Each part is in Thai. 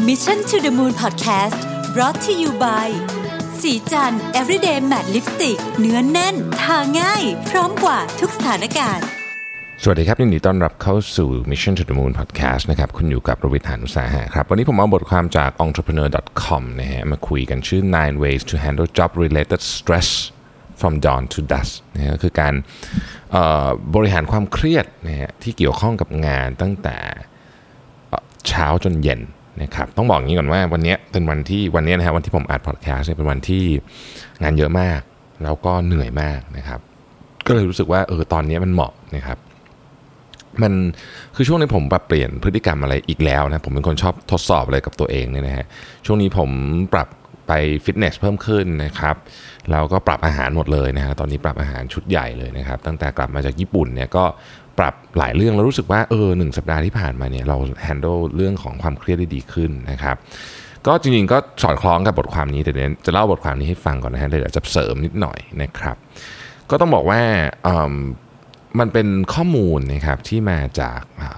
Mission to the Moon Podcast brought to you by สีจัน Everyday Matte Lipstick เนื้อนแน่นทาง่ายพร้อมกว่าทุกสถานการณ์สวัสดีครับยินดีต้อนรับเข้าสู่ Mission to the Moon Podcast นะครับคุณอยู่กับรวิทย์ หาญอุตสาหะครับวันนี้ผมเอาบทความจาก entrepreneur.com นะฮะมาคุยกันชื่อ 9 ways to handle job related stress from dawn to dusk นะฮะคือการบริหารความเครียดนะฮะที่เกี่ยวข้องกับงานตั้งแต่เช้าจนเย็นนะครับต้องบอกอย่างนี้ก่อนว่าวันนี้เป็นวันนี้นะฮะวันที่ผมอัดพอดแคสต์เป็นวันที่งานเยอะมากแล้วก็เหนื่อยมากนะครับก็เลยรู้สึกว่าตอนนี้มันเหมาะนะครับมันคือช่วงนี้ผมปรับเปลี่ยนพฤติกรรมอะไรอีกแล้วนะผมเป็นคนชอบทดสอบอะไรกับตัวเองเนี่ยนะฮะช่วงนี้ผมปรับไปฟิตเนสเพิ่มขึ้นนะครับแล้วก็ปรับอาหารหมดเลยนะฮะตอนนี้ปรับอาหารชุดใหญ่เลยนะครับตั้งแต่กลับมาจากญี่ปุ่นเนี่ยก็ปรับหลายเรื่องแล้วรู้สึกว่า1 สัปดาห์ที่ผ่านมาเนี่ยเรา handle เรื่องของความเครียดได้ดีขึ้นนะครับก็จริงๆก็สอดคล้องกับบทความนี้แต่เดี๋ยวจะเล่าบทความนี้ให้ฟังก่อนนะฮะเดี๋ยวจะเสริมนิดหน่อยนะครับก็ต้องบอกว่ามันเป็นข้อมูลนะครับที่มาจาก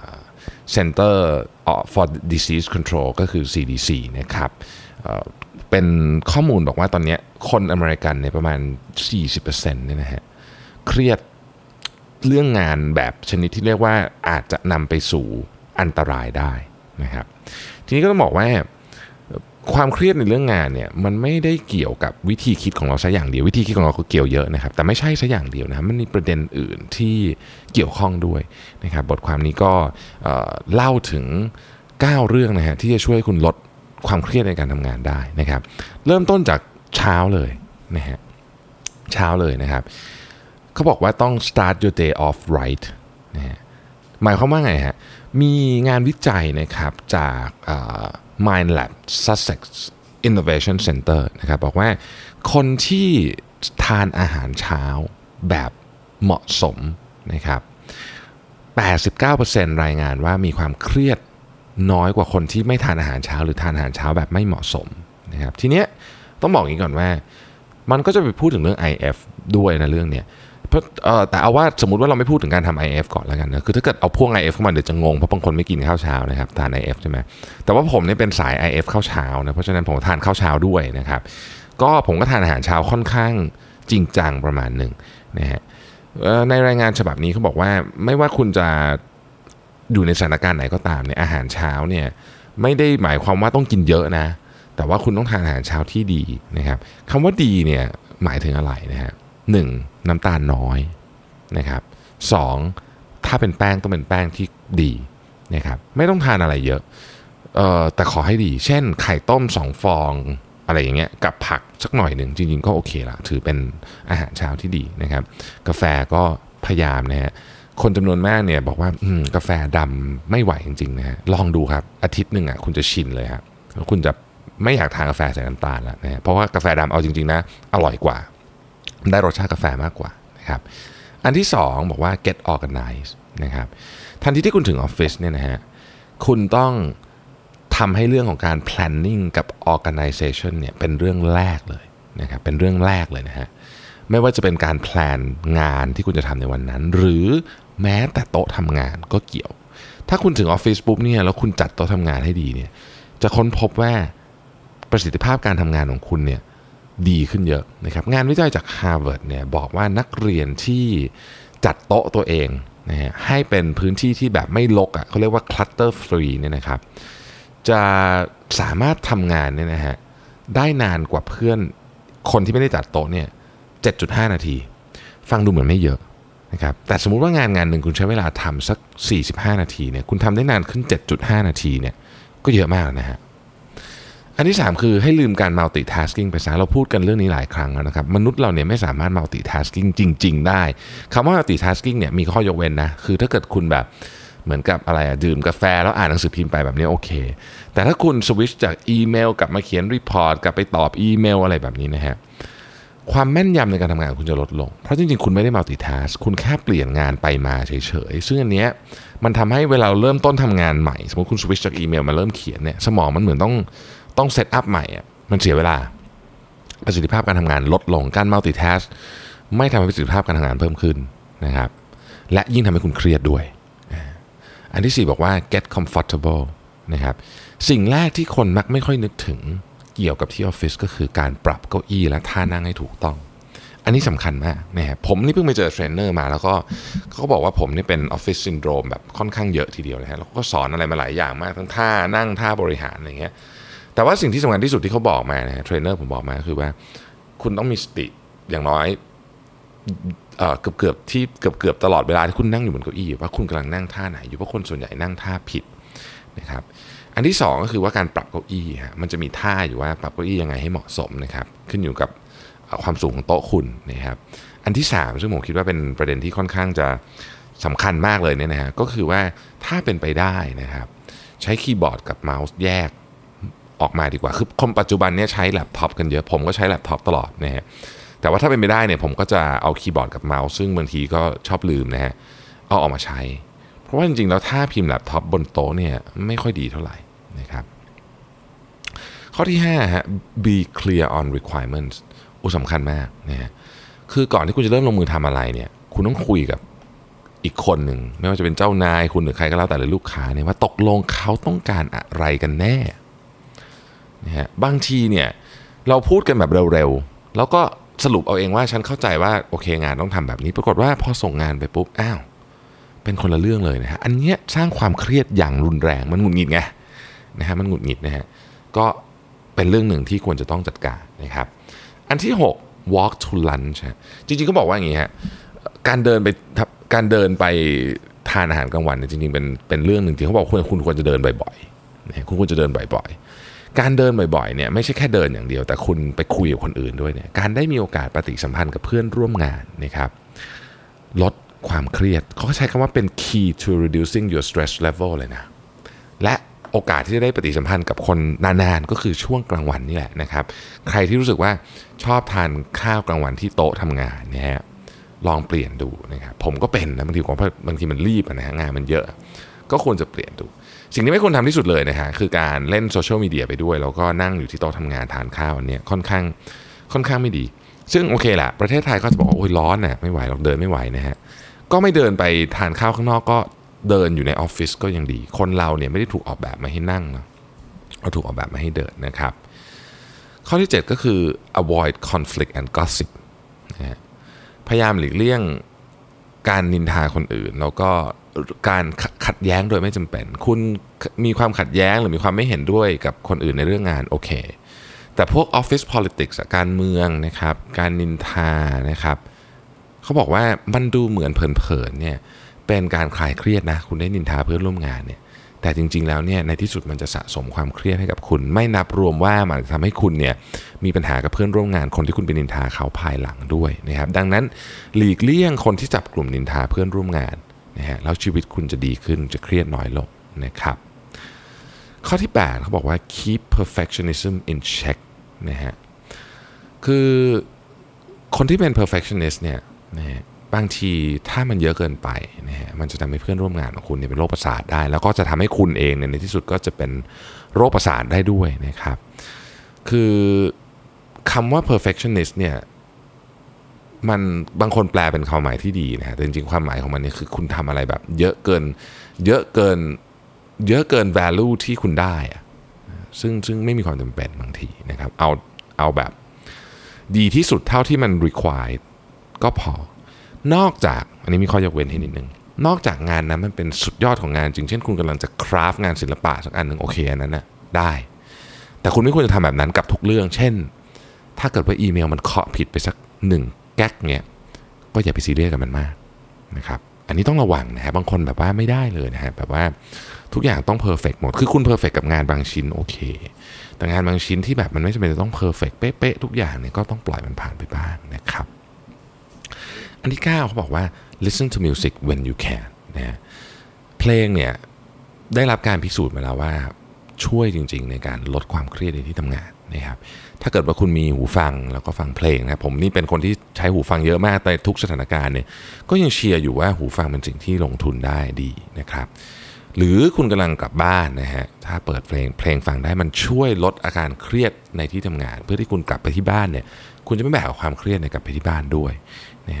Center for Disease Control ก็คือ CDC นะครับเป็นข้อมูลบอกว่าตอนนี้คนอเมริกันเนี่ยประมาณ 40% เนี่ยนะฮะเครียดเรื่องงานแบบชนิดที่เรียกว่าอาจจะนำไปสู่อันตรายได้นะครับทีนี้ก็ต้องบอกว่าความเครียดในเรื่องงานเนี่ยมันไม่ได้เกี่ยวกับวิธีคิดของเราซะอย่างเดียววิธีคิดของเราก็เกี่ยวเยอะนะครับแต่ไม่ใช่ซะอย่างเดียวนะมันมีประเด็นอื่นที่เกี่ยวข้องด้วยนะครับบทความนี้ก็เล่าถึง9เรื่องนะฮะที่จะช่วยคุณลดความเครียดในการทำงานได้นะครับเริ่มต้นจากเช้าเลยนะฮะเช้าเลยนะครับเขาบอกว่าต้อง start your day off right นะฮะหมายความว่าไงฮะมีงานวิจัยนะครับจากMindLab Sussex Innovation Center นะครับบอกว่าคนที่ทานอาหารเช้าแบบเหมาะสมนะครับ 89% รายงานว่ามีความเครียดน้อยกว่าคนที่ไม่ทานอาหารเช้าหรือทานอาหารเช้าแบบไม่เหมาะสมนะครับทีเนี้ยต้องบอกอย่างนี้ก่อนว่ามันก็จะไปพูดถึงเรื่อง IF ด้วยนะเรื่องเนี้ยแต่เอาว่าสมมุติว่าเราไม่พูดถึงการทำ IF ก่อนแล้วกันนะคือถ้าเกิดเอาพวก IF เข้ามาเดี๋ยวจะงงเพราะบางคนไม่กินข้าวเช้านะครับทาน IF ใช่ไหมแต่ว่าผมเนี่ยเป็นสาย IF ข้าวเช้านะเพราะฉะนั้นผมทานข้าวเช้าด้วยนะครับก็ผมก็ทานอาหารเช้าค่อนข้างจริงจังประมาณหนึ่งนะฮะในรายงานฉบับนี้เขาบอกว่าไม่ว่าคุณจะอยู่ในสถานการณ์ไหนก็ตามเนี่ยอาหารเช้าเนี่ยไม่ได้หมายความว่าต้องกินเยอะนะแต่ว่าคุณต้องทานอาหารเช้าที่ดีนะครับคำว่าดีเนี่ยหมายถึงอะไรนะฮะ1น้ำตาลน้อยนะครับ2ถ้าเป็นแป้งต้องเป็นแป้งที่ดีนะครับไม่ต้องทานอะไรเยอะแต่ขอให้ดีเช่นไข่ต้ม2ฟองอะไรอย่างเงี้ยกับผักสักหน่อยหนึ่งจริงๆก็โอเคละถือเป็นอาหารเช้าที่ดีนะครับกาแฟก็พยายามนะฮะคนจำนวนมากเนี่ยบอกว่ากาแฟดำไม่ไหวจริงๆนะฮะลองดูครับอาทิตย์หนึ่งคุณจะชินเลยครับแล้วคุณจะไม่อยากทานกาแฟใส่น้ำตาลแล้วนะฮะเพราะว่ากาแฟดำเอาจริงๆนะอร่อยกว่าได้รสชาติกาแฟมากกว่านะครับอันที่2บอกว่า get organized นะครับทันทีที่คุณถึงออฟฟิศเนี่ยนะฮะคุณต้องทำให้เรื่องของการ planning กับ organization เนี่ยเป็นเรื่องแรกเลยนะครับเป็นเรื่องแรกเลยนะฮะไม่ว่าจะเป็นการแพลนงานที่คุณจะทำในวันนั้นหรือแม้แต่โต๊ะทำงานก็เกี่ยวถ้าคุณถึงออฟฟิศปุ๊บเนี่ยแล้วคุณจัดโต๊ะทำงานให้ดีเนี่ยจะค้นพบว่าประสิทธิภาพการทำงานของคุณเนี่ยดีขึ้นเยอะนะครับงานวิจัยจาก Harvard เนี่ยบอกว่านักเรียนที่จัดโต๊ะตัวเองนะฮะให้เป็นพื้นที่ที่แบบไม่รกเขาเรียกว่า clutter free เนี่ยนะครับจะสามารถทำงานเนี่ยนะฮะได้นานกว่าเพื่อนคนที่ไม่ได้จัดโต๊ะเนี่ย 7.5 นาทีฟังดูเหมือนไม่เยอะนะครับแต่สมมุติว่างานหนึ่งคุณใช้เวลาทำสัก45นาทีเนี่ยคุณทำได้นานขึ้น 7.5 นาทีเนี่ยก็เยอะมากนะฮะอันที่3คือให้ลืมการ multitasking ไปซะเราพูดกันเรื่องนี้หลายครั้งแล้วนะครับมนุษย์เราเนี่ยไม่สามารถ multitasking จริงๆได้คำว่า multitasking เนี่ยมีข้อยกเว้นนะคือถ้าเกิดคุณแบบเหมือนกับอะไรดื่มกาแฟแล้วอ่านหนังสือพิมพ์ไปแบบนี้โอเคแต่ถ้าคุณสวิตช์จากอีเมลกลับมาเขียนรีพอร์ตกลับไปตอบอีเมลอะไรแบบนี้นะฮะความแม่นยำในการทำงานคุณจะลดลงเพราะจริงๆคุณไม่ได้ multitask คุณแค่เปลี่ยนงานไปมาเฉยๆซึ่งอันเนี้ยมันทำให้เวลาเริ่มต้นทำงานใหม่สมมติคุณสวิตช์จากอีเมลมาเริ่มเขียนเนี่ยสมองมันเหมือนต้องเซตอัพใหม่มันเสียเวลาประสิทธิภาพการทำงานลดลงการ multitask ไม่ทำให้ประสิทธิภาพการทำงานเพิ่มขึ้นนะครับและยิ่งทำให้คุณเครียดด้วยอันที่4บอกว่า get comfortable นะครับสิ่งแรกที่คนมักไม่ค่อยนึกถึงเกี่ยวกับที่ออฟฟิศก็คือการปรับเก้าอี้และท่านั่งให้ถูกต้องอันนี้สำคัญมากนะครับผมนี่เพิ่งไปเจอเทรนเนอร์มาแล้วก็เขาบอกว่าผมนี่เป็นออฟฟิศซินโดรมแบบค่อนข้างเยอะทีเดียวนะฮะแล้วก็สอนอะไรมาหลายอย่างมากทั้งท่านั่งท่าบริหารอะไรเงี้ยแต่ว่าสิ่งที่สำคัญที่สุดที่เขาบอกมานะฮะเทรนเนอร์ผมบอกมาคือว่าคุณต้องมีสติอย่างน้อยเกือบตลอดเวลาที่คุณนั่งอยู่บนเก้าอี้ว่าคุณกำลังนั่งท่าไหนอยู่เพราะคนส่วนใหญ่นั่งท่าผิดนะครับอันที่2ก็คือว่าการปรับเก้าอี้ฮะมันจะมีท่าอยู่ว่าปรับเก้าอี้ยังไงให้เหมาะสมนะครับขึ้นอยู่กับความสูงของโต๊ะคุณนะครับอันที่3ซึ่งผมคิดว่าเป็นประเด็นที่ค่อนข้างจะสำคัญมากเลยเนี่ยนะฮะก็คือว่าถ้าเป็นไปได้นะครับใช้คีย์บอร์ดกับเมาส์แยกออกมาดีกว่าคือคนปัจจุบันเนี่ยใช้แล็ปท็อปกันเยอะผมก็ใช้แล็ปท็อปตลอดนะฮะแต่ว่าถ้าเป็นไปได้เนี่ยผมก็จะเอาคีย์บอร์ดกับเมาส์ซึ่งบางทีก็ชอบลืมนะฮะเอาออกมาใช้เพราะว่าจริงๆแล้วถ้าพิมพ์แล็ปท็อปบนโต๊ะเนี่ยไม่ค่อยดีเท่าไหร่นะครับข้อที่5ฮะ be clear on requirements สำคัญมากนะฮะคือก่อนที่คุณจะเริ่มลงมือทำอะไรเนี่ยคุณต้องคุยกับอีกคนหนึ่งไม่ว่าจะเป็นเจ้านายคุณหรือใครก็แล้วแต่หรือลูกค้าเนี่ยว่าตกลงเขาต้องการอะไรกันแน่นะฮะบางทีเนี่ยเราพูดกันแบบเร็วๆแล้วก็สรุปเอาเองว่าฉันเข้าใจว่าโอเคงานต้องทำแบบนี้ปรากฏว่าพอส่งงานไปปุ๊บอ้าวเป็นคนละเรื่องเลยนะฮะอันเนี้ยสร้างความเครียดอย่างรุนแรงมันหงุดหงิดไงนะฮะมันหงุดหงิดนะฮะก็เป็นเรื่องหนึ่งที่ควรจะต้องจัดการนะครับอันที่6 walk to lunch จริงๆก็บอกว่าอย่างงี้ฮะการเดินไปทานอาหารกลางวันเนี่ยจริงๆเป็นเรื่องหนึ่งที่เขาบอกคุณควรจะเดินบ่อยๆนะคุณควรจะเดินบ่อยๆการเดินบ่อยๆเนี่ยไม่ใช่แค่เดินอย่างเดียวแต่คุณไปคุยกับคนอื่นด้วยเนี่ยการได้มีโอกาสปฏิสัมพันธ์กับเพื่อนร่วมงานนะครับลดความเครียดเขาใช้คำว่าเป็น key to reducing your stress level เลยนะและโอกาสที่จะได้ปฏิสัมพันธ์กับคนนานๆก็คือช่วงกลางวันนี่แหละนะครับใครที่รู้สึกว่าชอบทานข้าวกลางวันที่โต๊ะทำงานเนี่ยลองเปลี่ยนดูนะครับผมก็เป็นนะบางทีมันรีบนะฮะงานมันเยอะก็ควรจะเปลี่ยนดูสิ่งที่ไม่ควรทำที่สุดเลยนะฮะคือการเล่นโซเชียลมีเดียไปด้วยแล้วก็นั่งอยู่ที่โต๊ะทำงานทานข้าวอันนี้ค่อนข้างไม่ดีซึ่งโอเคแหละประเทศไทยก็จะบอกว่าโอ้ยร้อนน่ะไม่ไหวเราเดินไม่ไหวนะฮะก็ไม่เดินไปทานข้าวข้างนอกก็เดินอยู่ในออฟฟิศก็ยังดีคนเราเนี่ยไม่ได้ถูกออกแบบมาให้นั่งนะเราถูกออกแบบมาให้เดินนะครับข้อที่7ก็คือ avoid conflict and gossip นะฮะพยายามหลีกเลี่ยงการนินทาคนอื่นแล้วก็การขัดแย้งโดยไม่จำเป็นคุณมีความขัดแย้งหรือมีความไม่เห็นด้วยกับคนอื่นในเรื่องงานโอเคแต่พวก office politics การเมืองนะครับการนินทานะครับเขาบอกว่ามันดูเหมือนเผินๆเนี่ยเป็นการคลายเครียดนะคุณได้นินทาเพื่อนร่วมงานเนี่ยแต่จริงๆแล้วเนี่ยในที่สุดมันจะสะสมความเครียดให้กับคุณไม่นับรวมว่ามันทำให้คุณเนี่ยมีปัญหากับเพื่อนร่วมงานคนที่คุณไปนินทาเขาภายหลังด้วยนะครับดังนั้นหลีกเลี่ยงคนที่จับกลุ่มนินทาเพื่อนร่วมงานนะฮะแล้วชีวิตคุณจะดีขึ้นจะเครียดน้อยลงนะครับข้อที่8เขาบอกว่า keep perfectionism in check นะฮะคือคนที่เป็น perfectionist เนี่ยนะฮะบางทีถ้ามันเยอะเกินไปนะฮะมันจะทำให้เพื่อนร่วมงานของคุณเนี่ยเป็นโรคประสาทได้แล้วก็จะทำให้คุณเองในที่สุดก็จะเป็นโรคประสาทได้ด้วยนะครับคือคำว่า perfectionist เนี่ยมันบางคนแปลเป็นความหมายที่ดีนะฮะแต่จริงๆความหมายของมันเนี่ยคือคุณทำอะไรแบบเยอะเกิน value ที่คุณได้อะซึ่งไม่มีความจำเป็นบางทีนะครับเอาแบบดีที่สุดเท่าที่มัน require ก็พอนอกจากอันนี้มีข้อยกเว้นให้นิดนึงนอกจากงานนั้นมันเป็นสุดยอดของงานจริงเช่นคุณกำลังจะคราฟงานศิลปะสักอันหนึ่งโอเคอันนั้นนะได้แต่คุณไม่ควรจะทำแบบนั้นกับทุกเรื่องเช่นถ้าเกิดว่าอีเมลมันเคาะผิดไปสัก1แก๊กเนี่ยก็อย่าไปซีเรียสกับมันมากนะครับอันนี้ต้องระวังนะฮะบางคนแบบว่าไม่ได้เลยนะฮะแบบว่าทุกอย่างต้องเพอร์เฟกต์หมดคือคุณเพอร์เฟกต์กับงานบางชิ้นโอเคแต่งานบางชิ้นที่แบบมันไม่จำเป็นจะต้องเพอร์เฟกต์เป๊ะๆทุกอย่างเนี่ยก็ต้องปล่อยมันผ่านไปบ้างนะครับอันที่9เขาบอกว่า listen to music when you can นะเพลงเนี่ยได้รับการพิสูจน์มาแล้วว่าช่วยจริงๆในการลดความเครียดในที่ทำงานนะครับถ้าเกิดว่าคุณมีหูฟังแล้วก็ฟังเพลงนะผมนี่เป็นคนที่ใช้หูฟังเยอะมากในทุกสถานการณ์เนี่ยก็ยังเชียร์อยู่ว่าหูฟังเป็นสิ่งที่ลงทุนได้ดีนะครับหรือคุณกำลังกลับบ้านนะฮะถ้าเปิดเพลงฟังได้มันช่วยลดอาการเครียดในที่ทำงานเพื่อที่คุณกลับไปที่บ้านเนี่ยคุณจะไม่แบกความเครียดในกลับไปที่บ้านด้วยนะฮะ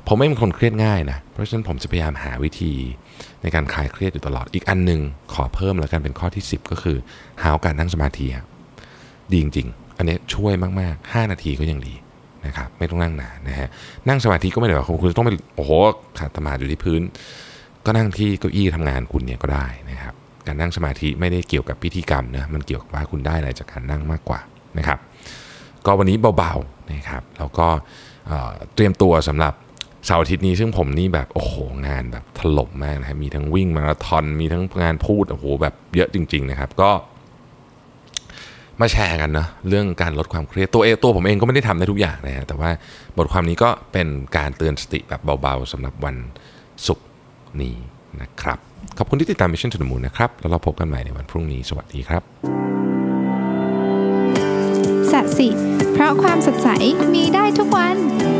ผมไม่เป็นคนเครียดง่ายนะเพราะฉะนั้นผมจะพยายามหาวิธีในการคลายเครียดอยู่ตลอดอีกอันนึงขอเพิ่มแล้วกันเป็นข้อที่10ก็คือหาการนั่งสมาธิดีจริงๆอันนี้ช่วยมากๆ5นาทีก็ยังดีนะครับไม่ต้องนั่งนานนะฮะนั่งสมาธิก็ไม่ได้ว่าคุณต้องไปโอ้โหขัดสมาธิอยู่ที่พื้นก็นั่งที่เก้าอี้ทำงานคุณเนี่ยก็ได้นะครับการนั่งสมาธิไม่ได้เกี่ยวกับพิธีกรรมนะมันเกี่ยวกับว่าคุณได้อะไรจากการนั่งมากกว่านะครับก็วันนี้เบาๆนะครับแล้วก็เตรียมตัวสำหรับเสาร์อาทิตย์นี้ซึ่งผมนี่แบบโอ้โหงานแบบถล่มมากนะครับมีทั้งวิ่งมาราธอนมีทั้งงานพูดโอ้โหแบบเยอะจริงๆนะครับก็มาแชร์กันนะเรื่องการลดความเครียดตัวผมเองก็ไม่ได้ทำได้ทุกอย่างนะฮะแต่ว่าบทความนี้ก็เป็นการเตือนสติแบบเบาๆสำหรับวันศุกร์นี้นะครับขอบคุณที่ติดตาม Mission to the Moon นะครับแล้วเราพบกันใหม่ในวันพรุ่งนี้สวัสดีครับสัตว์สิเพราะความสดใสมีได้ทุกวัน